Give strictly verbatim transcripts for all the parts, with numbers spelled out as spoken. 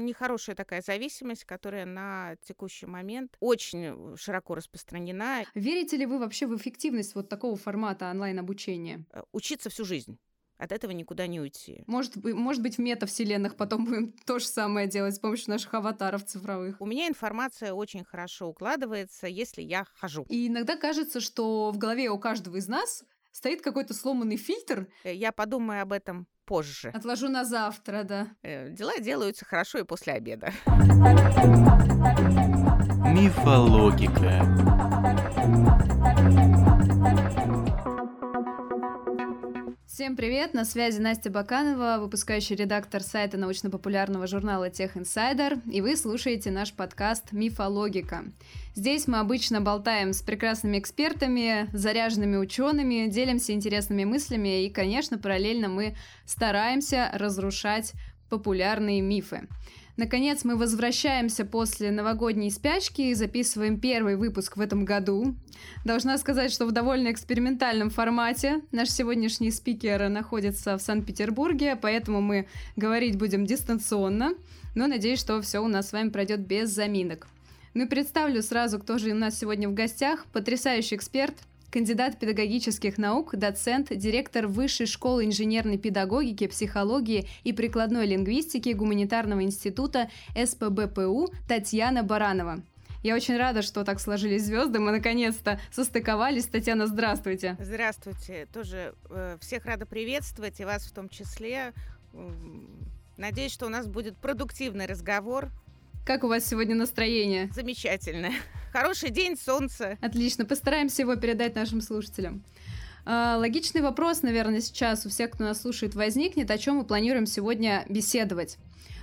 нехорошая такая зависимость, которая на текущий момент очень широко распространена. Верите ли вы вообще в эффективность вот такого формата онлайн-обучения? Учиться всю жизнь. От этого никуда не уйти. Может, может быть, в метавселенных потом будем то же самое делать с помощью наших аватаров цифровых. У меня информация очень хорошо укладывается, если я хожу. И иногда кажется, что в голове у каждого из нас стоит какой-то сломанный фильтр. Я подумаю об этом позже. Отложу на завтра, да. Дела делаются хорошо и после обеда. Мифологика. Всем привет, на связи Настя Баканова, выпускающий редактор сайта научно-популярного журнала Tech Insider, и вы слушаете наш подкаст «Мифологика». Здесь мы обычно болтаем с прекрасными экспертами, заряженными учеными, делимся интересными мыслями и, конечно, параллельно мы стараемся разрушать популярные мифы. Наконец, мы возвращаемся после новогодней спячки и записываем первый выпуск в этом году. Должна сказать, что в довольно экспериментальном формате. Наш сегодняшний спикер находится в Санкт-Петербурге, поэтому мы говорить будем дистанционно, но надеюсь, что все у нас с вами пройдет без заминок. Ну и представлю сразу, кто же у нас сегодня в гостях. Потрясающий эксперт, кандидат педагогических наук, доцент, директор Высшей школы инженерной педагогики, психологии и прикладной лингвистики Гуманитарного института эс пэ бэ пэ у Татьяна Баранова. Я очень рада, что так сложились звезды, мы наконец-то состыковались. Татьяна, здравствуйте. Здравствуйте. Тоже э, всех рада приветствовать, и вас в том числе. Надеюсь, что у нас будет продуктивный разговор. Как у вас сегодня настроение? Замечательно. Хороший день, солнце. Отлично, постараемся его передать нашим слушателям. Логичный вопрос, наверное, сейчас у всех, кто нас слушает, возникнет, о чем мы планируем сегодня беседовать.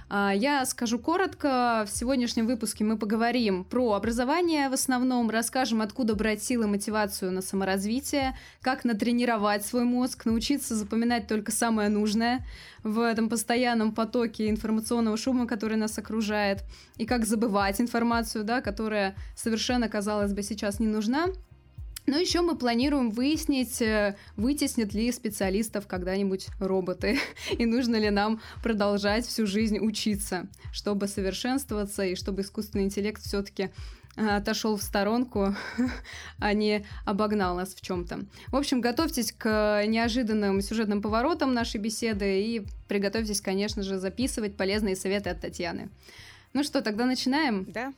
Я скажу коротко. В сегодняшнем выпуске мы поговорим про образование в основном, расскажем, откуда брать силы и мотивацию на саморазвитие, как натренировать свой мозг, научиться запоминать только самое нужное в этом постоянном потоке информационного шума, который нас окружает, и как забывать информацию, да, которая совершенно, казалось бы, сейчас не нужна. Но еще мы планируем выяснить, вытеснят ли специалистов когда-нибудь роботы, и нужно ли нам продолжать всю жизнь учиться, чтобы совершенствоваться, и чтобы искусственный интеллект все-таки отошел в сторонку, а не обогнал нас в чем-то. В общем, готовьтесь к неожиданным сюжетным поворотам нашей беседы и приготовьтесь, конечно же, записывать полезные советы от Татьяны. Ну что, тогда начинаем? Да.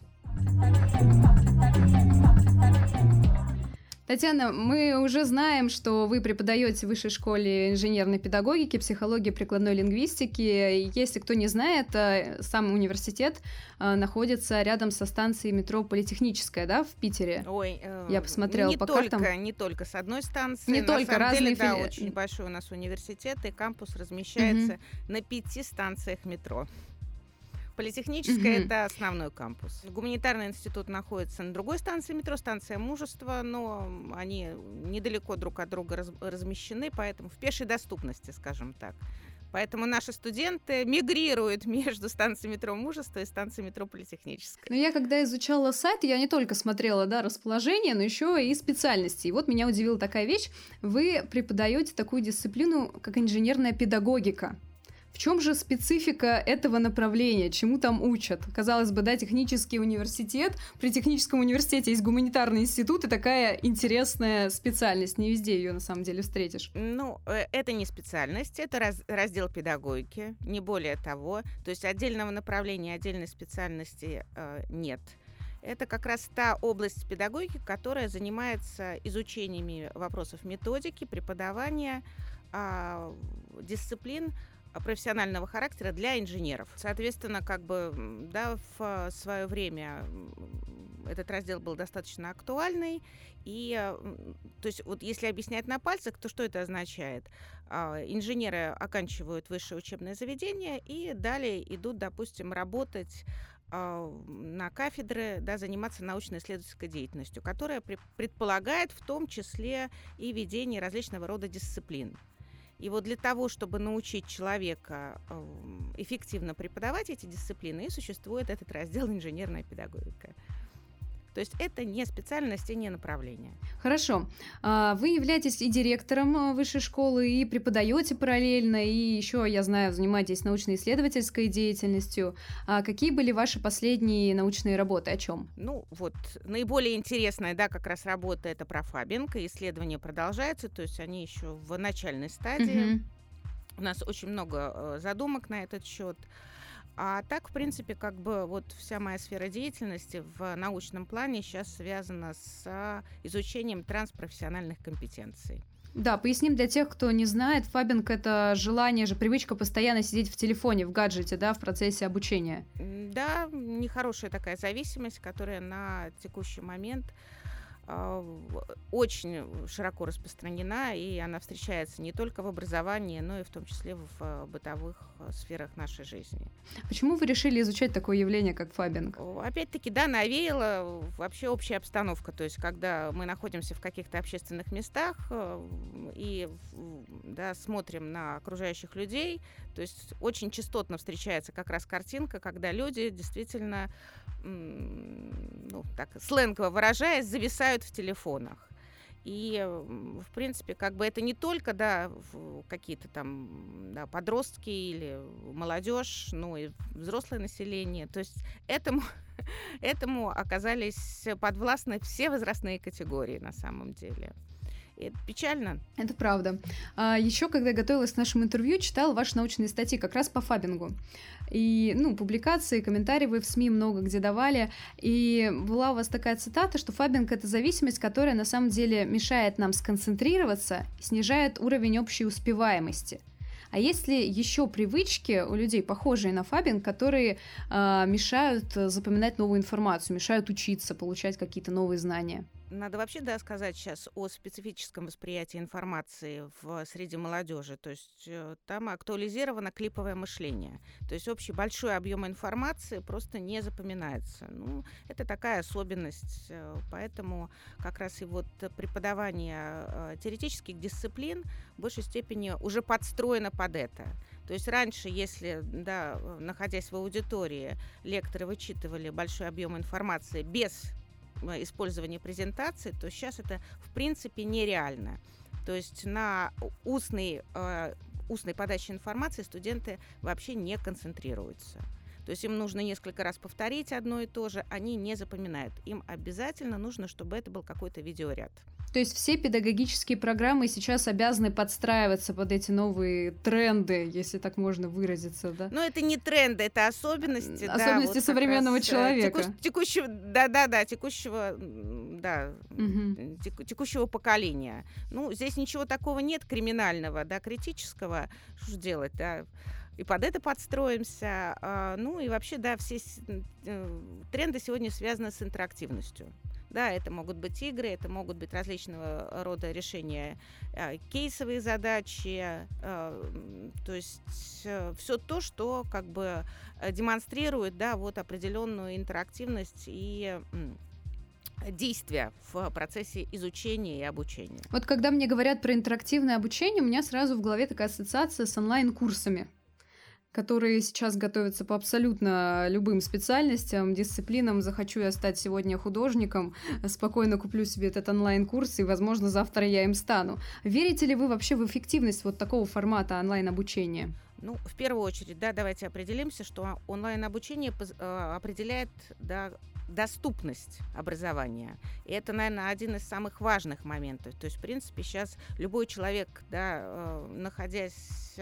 Татьяна, мы уже знаем, что вы преподаете в Высшей школе инженерной педагогики, психологии, прикладной лингвистики. Если кто не знает, сам университет находится рядом со станцией метро Политехническая, да, в Питере? Ой, э, я посмотрела не по только, картам. Не только с одной станции. Не На только, самом разные деле, да, фили... очень большой у нас университет, и кампус размещается угу. на пяти станциях метро. Политехническая mm-hmm. — это основной кампус. Гуманитарный институт находится на другой станции метро, станция Мужество, но они недалеко друг от друга раз- размещены, поэтому в пешей доступности, скажем так. Поэтому наши студенты мигрируют между станцией метро Мужество и станцией метро Политехническая. Но я когда изучала сайт, я не только смотрела, да, расположение, но еще и специальности. И вот меня удивила такая вещь. Вы преподаете такую дисциплину, как инженерная педагогика. В чем же специфика этого направления? Чему там учат? Казалось бы, да, технический университет. При техническом университете есть гуманитарный институт, и такая интересная специальность. Не везде ее на самом деле встретишь. Ну, это не специальность, это раз, раздел педагогики, не более того. То есть отдельного направления, отдельной специальности э, нет. Это как раз та область педагогики, которая занимается изучениями вопросов методики, преподавания, э, дисциплин профессионального характера для инженеров. Соответственно, как бы, да, в свое время этот раздел был достаточно актуальный. И, то есть, вот если объяснять на пальцах, то что это означает? Инженеры оканчивают высшее учебное заведение и далее идут, допустим, работать на кафедры, да, заниматься научно-исследовательской деятельностью, которая предполагает в том числе и ведение различного рода дисциплин. И вот для того, чтобы научить человека эффективно преподавать эти дисциплины, и существует этот раздел инженерная педагогика. То есть это не специальность и не направление. Хорошо. Вы являетесь и директором высшей школы, и преподаете параллельно, и еще, я знаю, занимаетесь научно-исследовательской деятельностью. Какие были ваши последние научные работы? О чем? Ну, вот, наиболее интересная, да, как раз работа — это про фабинг, и исследования продолжаются, то есть они еще в начальной стадии. Угу. У нас очень много задумок на этот счет. А так, в принципе, как бы вот вся моя сфера деятельности в научном плане сейчас связана с изучением транспрофессиональных компетенций. Да, поясним для тех, кто не знает, фабинг — это желание же, привычка постоянно сидеть в телефоне, в гаджете, да, в процессе обучения. Да, нехорошая такая зависимость, которая на текущий момент очень широко распространена, и она встречается не только в образовании, но и в том числе в бытовых сферах нашей жизни. Почему вы решили изучать такое явление, как фабинг? Опять-таки, да, навеяла вообще общая обстановка, то есть когда мы находимся в каких-то общественных местах и, да, смотрим на окружающих людей, то есть очень частотно встречается как раз картинка, когда люди действительно, ну, так сленгово выражаясь, зависают в телефонах. И, в принципе, как бы это не только, да, какие-то там, да, подростки или молодежь, но и взрослое население. То есть этому, этому оказались подвластны все возрастные категории на самом деле. И это печально. Это правда. А еще, когда я готовилась к нашему интервью, читала ваши научные статьи как раз по фабингу. И, ну, публикации, комментарии вы в СМИ много где давали. И была у вас такая цитата, что фабинг — это зависимость, которая на самом деле мешает нам сконцентрироваться, снижает уровень общей успеваемости. А есть ли еще привычки у людей, похожие на фабинг, которые э, мешают запоминать новую информацию, мешают учиться, получать какие-то новые знания? Надо вообще, да, сказать сейчас о специфическом восприятии информации в среде молодежи. То есть э, там актуализировано клиповое мышление. То есть общий большой объем информации просто не запоминается. Ну, это такая особенность. Э, поэтому как раз и вот преподавание э, теоретических дисциплин в большей степени уже подстроено под это. То есть раньше, если, да, находясь в аудитории, лекторы вычитывали большой объем информации без использования презентации, то сейчас это в принципе нереально. То есть на устной, э, устной подаче информации студенты вообще не концентрируются. То есть им нужно несколько раз повторить одно и то же, они не запоминают. Им обязательно нужно, чтобы это был какой-то видеоряд. То есть все педагогические программы сейчас обязаны подстраиваться под эти новые тренды, если так можно выразиться, да? Но это не тренды, это особенности. Особенности, да, вот современного человека. Текущ, текущего, да-да-да, текущего, да, угу. тек, текущего поколения. Ну, здесь ничего такого нет криминального, да, критического. Что же делать, да? И под это подстроимся. Ну и вообще, да, все тренды сегодня связаны с интерактивностью. Да, это могут быть игры, это могут быть различного рода решения, э, кейсовые задачи, э, то есть э, все то, что как бы демонстрирует, да, вот определенную интерактивность и э, действия в процессе изучения и обучения. Вот когда мне говорят про интерактивное обучение, у меня сразу в голове такая ассоциация с онлайн-курсами, которые сейчас готовятся по абсолютно любым специальностям, дисциплинам. Захочу я стать сегодня художником, спокойно куплю себе этот онлайн-курс, и, возможно, завтра я им стану. Верите ли вы вообще в эффективность вот такого формата онлайн-обучения? Ну, в первую очередь, да, давайте определимся, что онлайн-обучение определяет, да, доступность образования. И это, наверное, один из самых важных моментов. То есть, в принципе, сейчас любой человек, да, находясь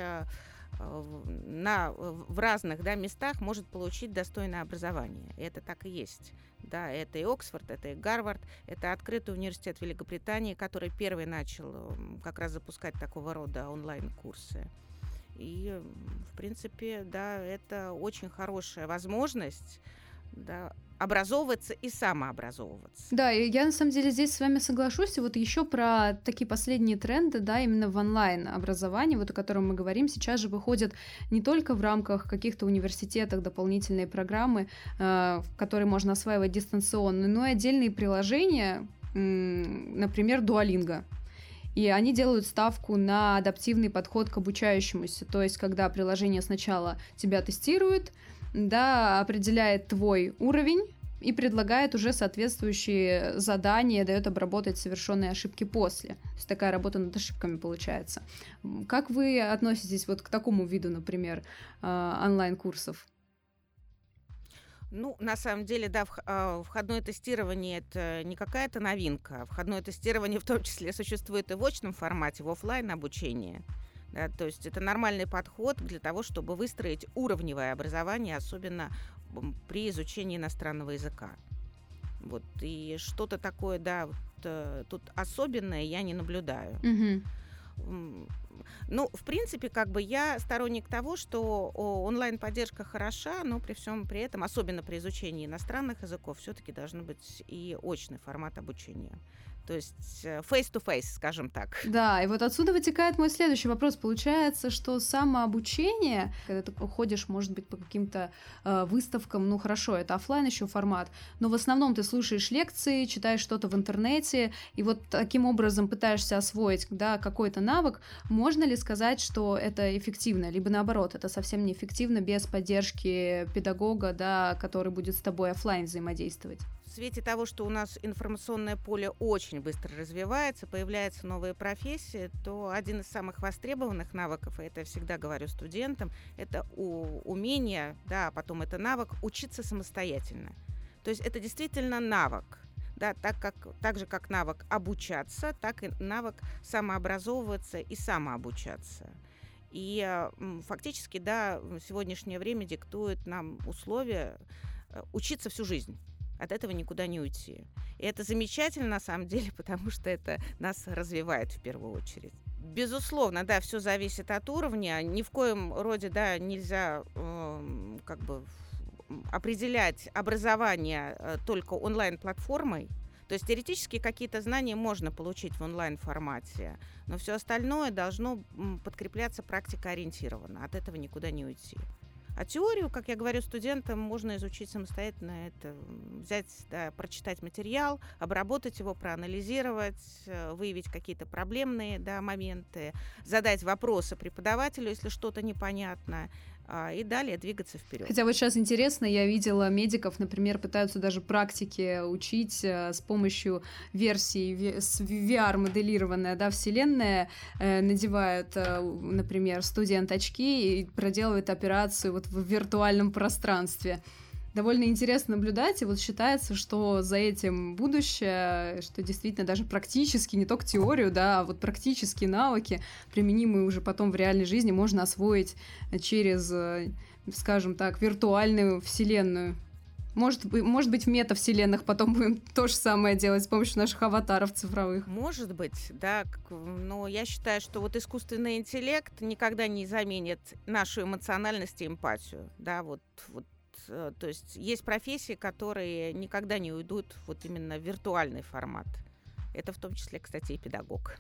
На, в разных, да, местах, может получить достойное образование. И это так и есть. Да, это и Оксфорд, это и Гарвард, это открытый университет Великобритании, который первый начал как раз запускать такого рода онлайн-курсы. И, в принципе, да, это очень хорошая возможность, да, образовываться и самообразовываться. Да, и я на самом деле здесь с вами соглашусь. И вот еще про такие последние тренды, да, именно в онлайн-образовании, вот о котором мы говорим, сейчас же выходят не только в рамках каких-то университетов дополнительные программы, э, которые можно осваивать дистанционно, но и отдельные приложения, э, например, Duolingo. И они делают ставку на адаптивный подход к обучающемуся. То есть, когда приложение сначала тебя тестирует, да, определяет твой уровень, и предлагает уже соответствующие задания, дает обработать совершенные ошибки после. То есть такая работа над ошибками получается. Как вы относитесь вот к такому виду, например, онлайн-курсов? Ну, на самом деле, да, входное тестирование — это не какая-то новинка. Входное тестирование в том числе существует и в очном формате, в офлайн обучении. Да, то есть это нормальный подход для того, чтобы выстроить уровневое образование, особенно при изучении иностранного языка. Вот. И что-то такое, да, вот, тут особенное я не наблюдаю. Угу. Ну, в принципе, как бы я сторонник того, что онлайн-поддержка хороша, но при всем при этом, особенно при изучении иностранных языков, все-таки должен быть и очный формат обучения. То есть face-to-face, скажем так. Да, и вот отсюда вытекает мой следующий вопрос. Получается, что самообучение, когда ты ходишь, может быть, по каким-то э, выставкам, ну хорошо, это офлайн еще формат, но в основном ты слушаешь лекции, читаешь что-то в интернете, и вот таким образом пытаешься освоить, да, какой-то навык. Можно ли сказать, что это эффективно, либо наоборот, это совсем неэффективно без поддержки педагога, да, который будет с тобой офлайн взаимодействовать? В свете того, что у нас информационное поле очень быстро развивается, появляются новые профессии, то один из самых востребованных навыков, и это я всегда говорю студентам, это умение, да, а потом это навык учиться самостоятельно. То есть это действительно навык. Да, так, как, так же, как навык обучаться, так и навык самообразовываться и самообучаться. И фактически, да, сегодняшнее время диктует нам условия учиться всю жизнь. От этого никуда не уйти. И это замечательно, на самом деле, потому что это нас развивает в первую очередь. Безусловно, да, все зависит от уровня. Ни в коем роде, да, нельзя э, как бы определять образование э, только онлайн-платформой. То есть теоретически какие-то знания можно получить в онлайн-формате, но все остальное должно подкрепляться практикоориентированно. От этого никуда не уйти. А теорию, как я говорю студентам, можно изучить самостоятельно. Это взять, да, прочитать материал, обработать его, проанализировать, выявить какие-то проблемные, да, моменты, задать вопросы преподавателю, если что-то непонятно, и далее двигаться вперед. Хотя вот сейчас интересно, я видела медиков, например, пытаются даже практики учить с помощью версии с ви ар-моделированная, да, вселенная, э, надевают, э, например, студент очки и проделывает операцию вот в виртуальном пространстве. Довольно интересно наблюдать, и вот считается, что за этим будущее, что действительно даже практически, не только теорию, да, а вот практические навыки, применимые уже потом в реальной жизни, можно освоить через, скажем так, виртуальную вселенную. Может быть, может быть, в метавселенных потом будем то же самое делать с помощью наших аватаров цифровых. Может быть, да, но я считаю, что вот искусственный интеллект никогда не заменит нашу эмоциональность и эмпатию, да, вот, вот. То есть есть профессии, которые никогда не уйдут вот именно в виртуальный формат. Это в том числе, кстати, и педагог.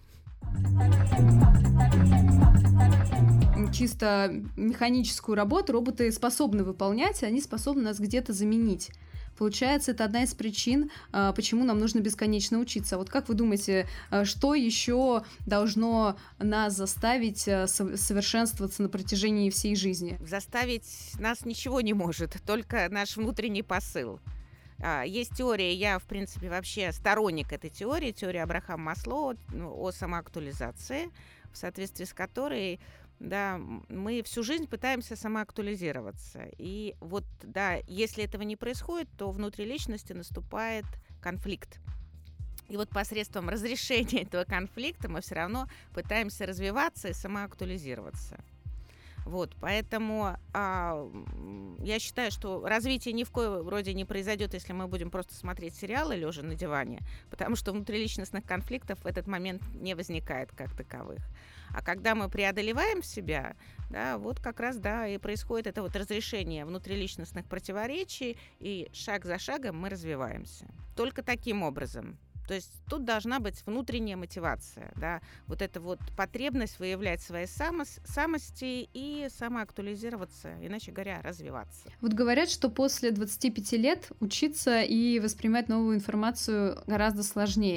Чисто механическую работу роботы способны выполнять, они способны нас где-то заменить. Получается, это одна из причин, почему нам нужно бесконечно учиться. Вот как вы думаете, что еще должно нас заставить совершенствоваться на протяжении всей жизни? Заставить нас ничего не может, только наш внутренний посыл. Есть теория, я, в принципе, вообще сторонник этой теории, теория Абрахама Маслоу о самоактуализации, в соответствии с которой, да, мы всю жизнь пытаемся самоактуализироваться. И вот, да, если этого не происходит, то внутри личности наступает конфликт. И вот посредством разрешения этого конфликта мы все равно пытаемся развиваться и самоактуализироваться. Вот, поэтому а, я считаю, что развитие ни в коем роде не произойдет, если мы будем просто смотреть сериалы лежа на диване, потому что внутриличностных конфликтов в этот момент не возникает как таковых. А когда мы преодолеваем себя, да, вот как раз, да, и происходит это вот разрешение внутриличностных противоречий, и шаг за шагом мы развиваемся. Только таким образом. То есть тут должна быть внутренняя мотивация, да, вот эта вот потребность выявлять свои самос- самости и самоактуализироваться, иначе говоря, развиваться. Вот говорят, что после двадцати пяти лет учиться и воспринимать новую информацию гораздо сложнее.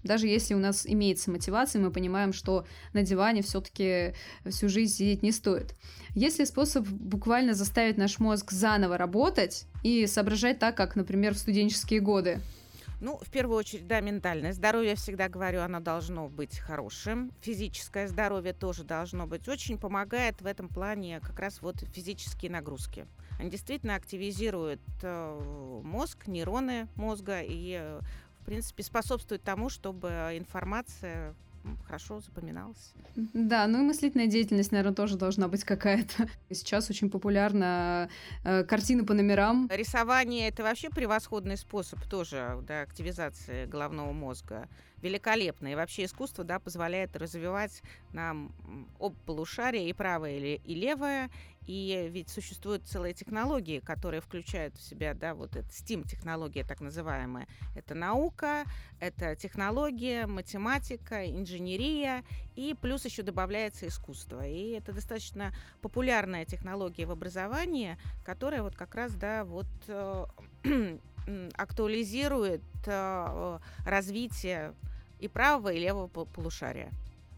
даже если у нас имеется мотивация, мы понимаем, что на диване все-таки всю жизнь сидеть не стоит. Есть ли способ буквально заставить наш мозг заново работать и соображать так, как, например, в студенческие годы? Ну, в первую очередь, да, ментальное здоровье, я всегда говорю, оно должно быть хорошим. Физическое здоровье тоже должно быть. Очень помогает в этом плане как раз вот физические нагрузки. Они действительно активизируют э, мозг, нейроны мозга и, э, в принципе, способствуют тому, чтобы информация хорошо запоминалась. Да, ну и мыслительная деятельность, наверное, тоже должна быть какая-то. Сейчас очень популярна э, картины по номерам. Рисование — это вообще превосходный способ тоже, да, активизации головного мозга. Великолепно. И вообще искусство, да, позволяет развивать нам оба полушария, и правое, и левое. И ведь существуют целые технологии, которые включают в себя, да, вот это стим-технология так называемая. Это наука, это технология, математика, инженерия, и плюс еще добавляется искусство. И это достаточно популярная технология в образовании, которая вот как раз, да, вот э, актуализирует э, развитие и правого, и левого полушария.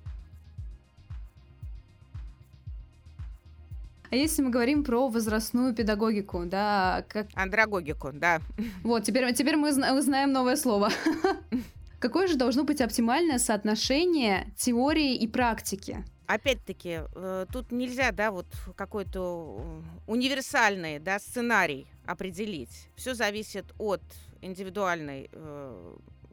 А если мы говорим про возрастную педагогику, да, как... Андрогогику, да. Вот, теперь, теперь мы знаем новое слово. Какое же должно быть оптимальное соотношение теории и практики? Опять-таки, тут нельзя, да, вот какой-то универсальный, да, сценарий определить. Все зависит от индивидуальной э,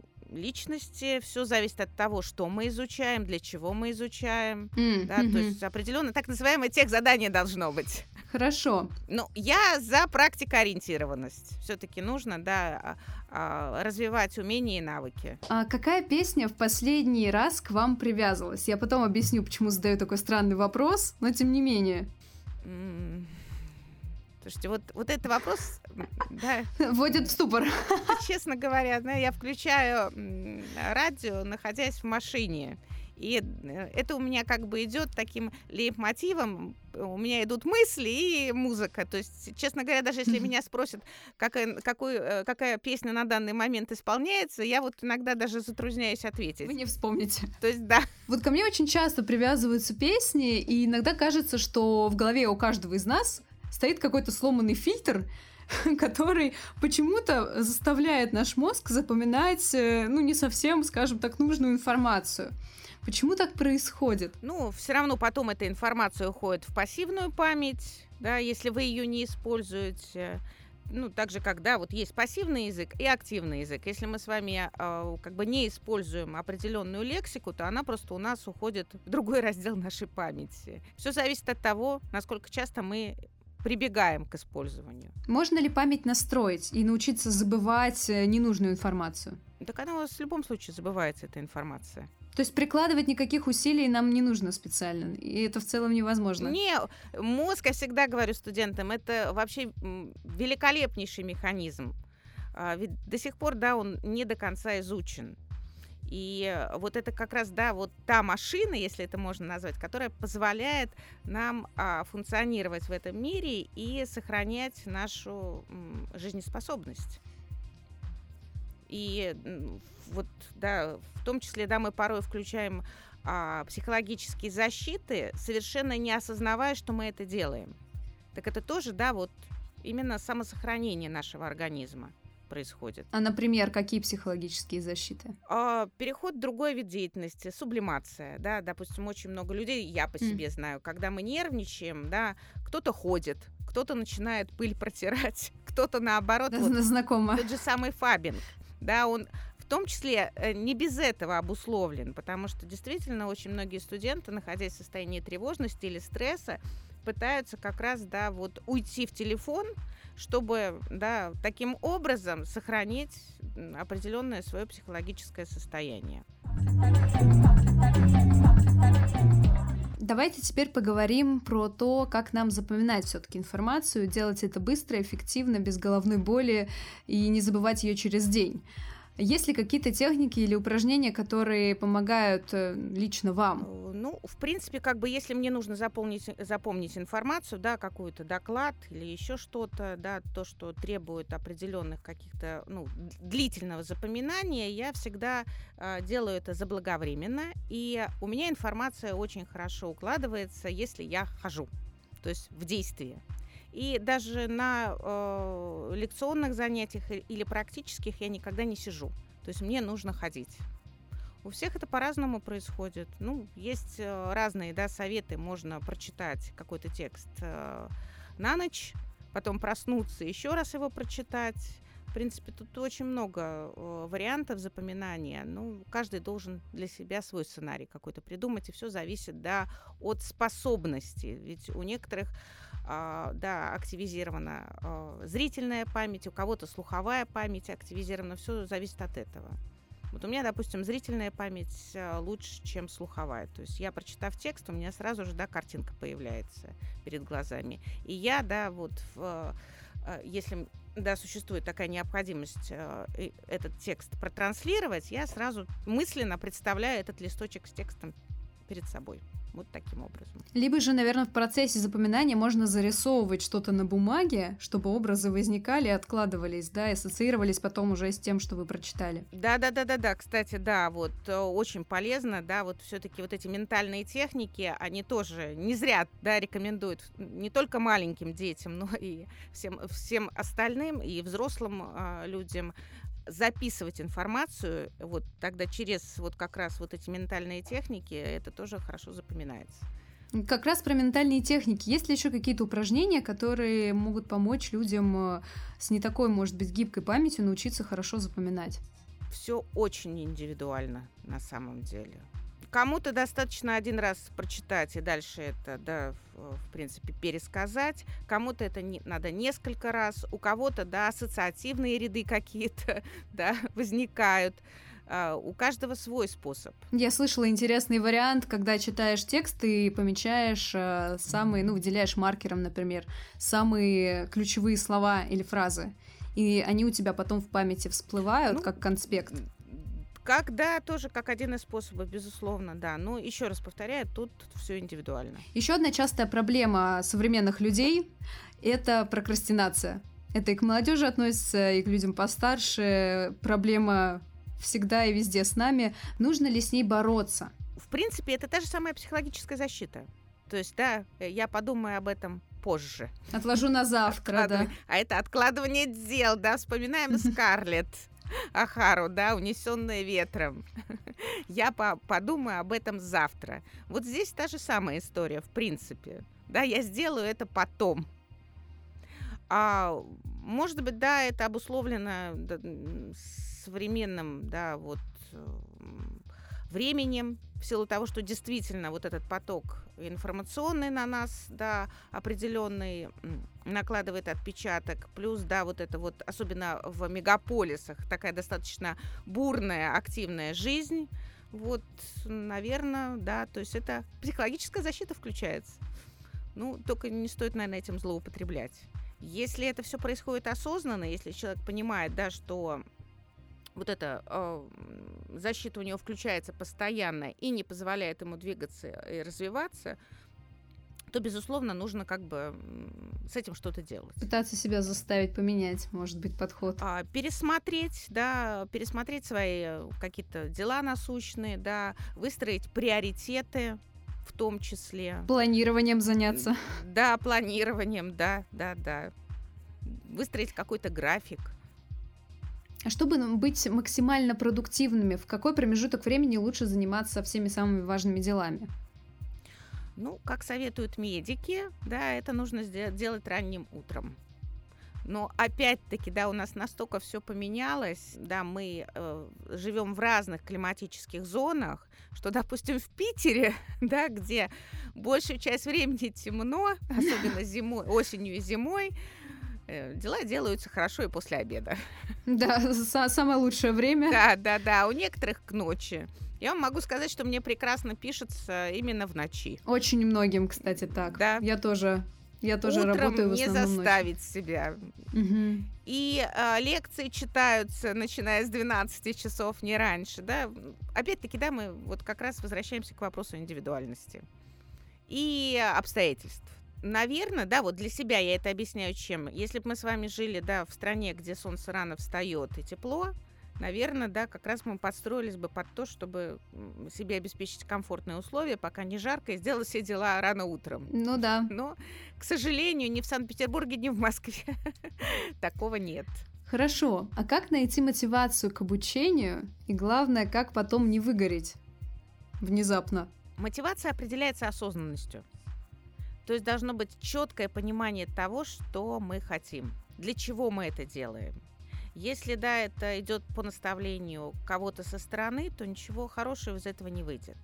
личности, все зависит от того, что мы изучаем, для чего мы изучаем, mm, да, mm-hmm. то есть определенно так называемое техзадание должно быть. Хорошо. Ну, я за практикоориентированность. Все-таки нужно, да, развивать умения и навыки. А какая песня в последний раз к вам привязалась? Я потом объясню, почему задаю такой странный вопрос, но тем не менее. Mm. Слушайте, вот, вот этот вопрос, да, вводит в ступор. Честно говоря, да, я включаю радио, находясь в машине. И это у меня как бы идет таким лейтмотивом. У меня идут мысли и музыка. То есть, честно говоря, даже если меня спросят, какая, какой, какая песня на данный момент исполняется, я вот иногда даже затрудняюсь ответить. Вы не вспомните. То есть, да. Вот ко мне очень часто привязываются песни, и иногда кажется, что в голове у каждого из нас стоит какой-то сломанный фильтр, который почему-то заставляет наш мозг запоминать, ну, не совсем, скажем так, нужную информацию. Почему так происходит? Ну, все равно потом эта информация уходит в пассивную память, да, если вы ее не используете. Ну, так же, как, да, вот есть пассивный язык и активный язык. Если мы с вами э, как бы не используем определенную лексику, то она просто у нас уходит в другой раздел нашей памяти. Все зависит от того, насколько часто мы прибегаем к использованию. Можно ли память настроить и научиться забывать ненужную информацию? Так она у вас в любом случае забывается, эта информация. То есть прикладывать никаких усилий нам не нужно специально, и это в целом невозможно? Не, мозг, я всегда говорю студентам, это вообще великолепнейший механизм. Ведь до сих пор, да, он не до конца изучен. И вот это как раз, да, вот та машина, если это можно назвать, которая позволяет нам а, функционировать в этом мире и сохранять нашу м, жизнеспособность. И вот, да, в том числе, да, мы порой включаем а, психологические защиты, совершенно не осознавая, что мы это делаем. Так это тоже, да, вот именно самосохранение нашего организма происходит. А, например, какие психологические защиты? А, переход в другой вид деятельности, сублимация, да, допустим, очень много людей, я по себе mm. знаю, когда мы нервничаем, да, кто-то ходит, кто-то начинает пыль протирать, кто-то наоборот. Да, вот, знакомо. Тот же самый фабинг, да, он в том числе не без этого обусловлен, потому что действительно очень многие студенты, находясь в состоянии тревожности или стресса, пытаются как раз, да, вот уйти в телефон, чтобы, да, таким образом сохранить определенное свое психологическое состояние. Давайте теперь поговорим про то, как нам запоминать все-таки информацию, делать это быстро, эффективно, без головной боли и не забывать ее через день. Есть ли какие-то техники или упражнения, которые помогают э, лично вам? Ну, в принципе, как бы, если мне нужно заполнить, запомнить информацию, да, какой-то доклад или еще что-то, да, то, что требует определенных каких-то, ну, длительного запоминания, я всегда э, делаю это заблаговременно, и у меня информация очень хорошо укладывается, если я хожу, то есть в действии. И даже на э, лекционных занятиях или практических я никогда не сижу. То есть мне нужно ходить. У всех это по-разному происходит. Ну, есть э, разные, да, советы. Можно прочитать какой-то текст э, на ночь, потом проснуться, еще раз его прочитать. В принципе, тут очень много э, вариантов запоминания. Ну, каждый должен для себя свой сценарий какой-то придумать, и все зависит, да, от способности. Ведь у некоторых Uh, да, активизирована uh, зрительная память, у кого-то слуховая память активизирована, все зависит от этого. Вот у меня, допустим, зрительная память uh, лучше, чем слуховая. То есть я, прочитав текст, у меня сразу же, да, картинка появляется перед глазами. И я, да, вот, в, uh, если, да, существует такая необходимость uh, этот текст протранслировать, я сразу мысленно представляю этот листочек с текстом перед собой. Вот таким образом. Либо же, наверное, в процессе запоминания можно зарисовывать что-то на бумаге, чтобы образы возникали, откладывались, да, и ассоциировались потом уже с тем, что вы прочитали. Да-да-да-да-да, кстати, да, вот очень полезно, да, вот все-таки вот эти ментальные техники, они тоже не зря, да, рекомендуют не только маленьким детям, но и всем, всем остальным, и взрослым а, людям записывать информацию, вот тогда через вот как раз вот эти ментальные техники это тоже хорошо запоминается. Как раз про ментальные техники. Есть ли еще какие-то упражнения, которые могут помочь людям с не такой, может быть, гибкой памятью научиться хорошо запоминать? Все очень индивидуально на самом деле. Кому-то достаточно один раз прочитать и дальше это, да, в, в принципе, пересказать. Кому-то это не, надо несколько раз. У кого-то, да, ассоциативные ряды какие-то, да, возникают. Uh, у каждого свой способ. Я слышала интересный вариант, когда читаешь текст и помечаешь uh, самые, ну, выделяешь маркером, например, самые ключевые слова или фразы. И они у тебя потом в памяти всплывают, ну, как конспект. Как, да, тоже как один из способов, безусловно, да. Но еще раз повторяю, тут все индивидуально. Еще одна частая проблема современных людей – это прокрастинация. Это и к молодежи относится, и к людям постарше. Проблема всегда и везде с нами. Нужно ли с ней бороться? В принципе, это та же самая психологическая защита. То есть, да, я подумаю об этом позже. Отложу на завтра, да. А это откладывание дел, да, вспоминаем Скарлетт О'Хару, да, «Унесённая ветром». Я по- подумаю об этом завтра. Вот здесь та же самая история, в принципе. Да, я сделаю это потом. А, может быть, да, это обусловлено да, современным, да, вот временем, в силу того, что действительно вот этот поток информационный на нас, да, определенный накладывает отпечаток, плюс, да, вот это вот, особенно в мегаполисах, такая достаточно бурная, активная жизнь, вот, наверное, да, то есть это психологическая защита включается. Ну, только не стоит, наверное, этим злоупотреблять. Если это все происходит осознанно, если человек понимает, да, что вот эта э, защита у него включается постоянно и не позволяет ему двигаться и развиваться, то, безусловно, нужно как бы с этим что-то делать. Пытаться себя заставить поменять, может быть, подход. А, пересмотреть, да, пересмотреть свои какие-то дела насущные, да, выстроить приоритеты в том числе. Планированием заняться. Да, планированием, да, да, да. Выстроить какой-то график. А чтобы быть максимально продуктивными, в какой промежуток времени лучше заниматься всеми самыми важными делами? Ну, как советуют медики, да, это нужно делать ранним утром. Но опять-таки, да, у нас настолько все поменялось, да, мы э, живем в разных климатических зонах, что, допустим, в Питере, да, где большую часть времени темно, особенно зимой, осенью и зимой, дела делаются хорошо и после обеда. Да, самое лучшее время. Да, да, да, у некоторых к ночи. Я вам могу сказать, что мне прекрасно пишется именно в ночи. Очень многим, кстати, так. Да. Я тоже Я тоже Утром работаю в не основном ночью. заставить себя. Мгм. И а, лекции читаются, начиная с двенадцати часов, не раньше, да. Опять-таки, да, мы вот как раз возвращаемся к вопросу индивидуальности и обстоятельств. Наверное, да, вот для себя я это объясняю чем. Если бы мы с вами жили, да, в стране, где солнце рано встает и тепло, наверное, да, как раз мы подстроились бы под то, чтобы м, себе обеспечить комфортные условия, пока не жарко, и сделать все дела рано утром. Ну да. Но, к сожалению, ни в Санкт-Петербурге, ни в Москве такого нет. Хорошо. А как найти мотивацию к обучению? И главное, как потом не выгореть внезапно? Мотивация определяется осознанностью. То есть должно быть четкое понимание того, что мы хотим, для чего мы это делаем. Если, да, это идет по наставлению кого-то со стороны, то ничего хорошего из этого не выйдет.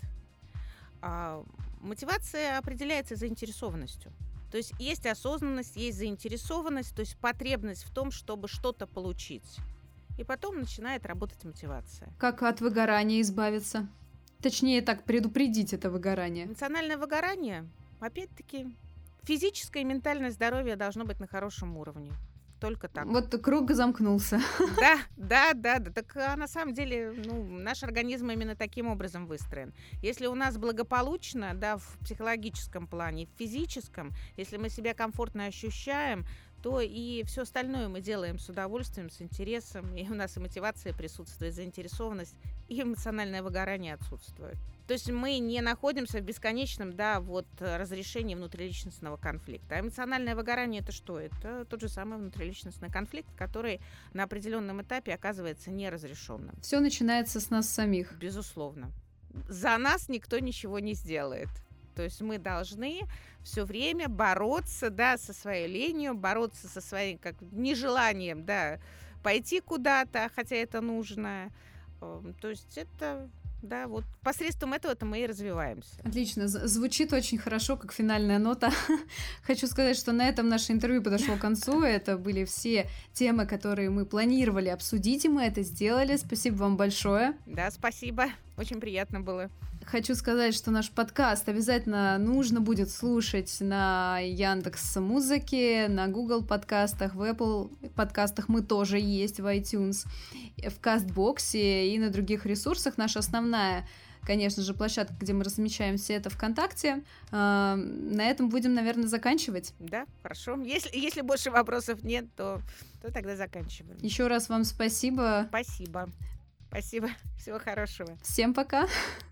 А мотивация определяется заинтересованностью. То есть есть осознанность, есть заинтересованность, то есть потребность в том, чтобы что-то получить. И потом начинает работать мотивация. Как от выгорания избавиться? Точнее, так, предупредить это выгорание. Эмоциональное выгорание, опять-таки, физическое и ментальное здоровье должно быть на хорошем уровне. Только так. Вот круг замкнулся. Да, да, да, да. Так а на самом деле, ну, наш организм именно таким образом выстроен. Если у нас благополучно, да, в психологическом плане, в физическом, если мы себя комфортно ощущаем, то и все остальное мы делаем с удовольствием, с интересом, и у нас и мотивация присутствует, заинтересованность, и эмоциональное выгорание отсутствует. То есть мы не находимся в бесконечном, да, вот разрешении внутриличностного конфликта. А эмоциональное выгорание — это что? Это тот же самый внутриличностный конфликт, который на определенном этапе оказывается неразрешенным. Все начинается с нас самих. Безусловно. За нас никто ничего не сделает. То есть мы должны все время бороться, да, со своей ленью, бороться со своим как нежеланием, да, пойти куда-то, хотя это нужно. То есть это, да, вот посредством этого-то мы и развиваемся. Отлично, з- звучит очень хорошо, как финальная нота. Хочу сказать, что на этом наше интервью подошло к концу. Это были все темы, которые мы планировали обсудить, и мы это сделали. Спасибо вам большое. Да, спасибо. Очень приятно было. Хочу сказать, что наш подкаст обязательно нужно будет слушать на Яндекс.Музыке, на Google подкастах, в Apple подкастах мы тоже есть, в iTunes, в Кастбоксе и на других ресурсах. Наша основная, конечно же, площадка, где мы размещаемся, это ВКонтакте. А, на этом будем, наверное, заканчивать. Да, хорошо. Если, если больше вопросов нет, то, то тогда заканчиваем. Еще раз вам спасибо. Спасибо. Спасибо. Всего хорошего. Всем пока.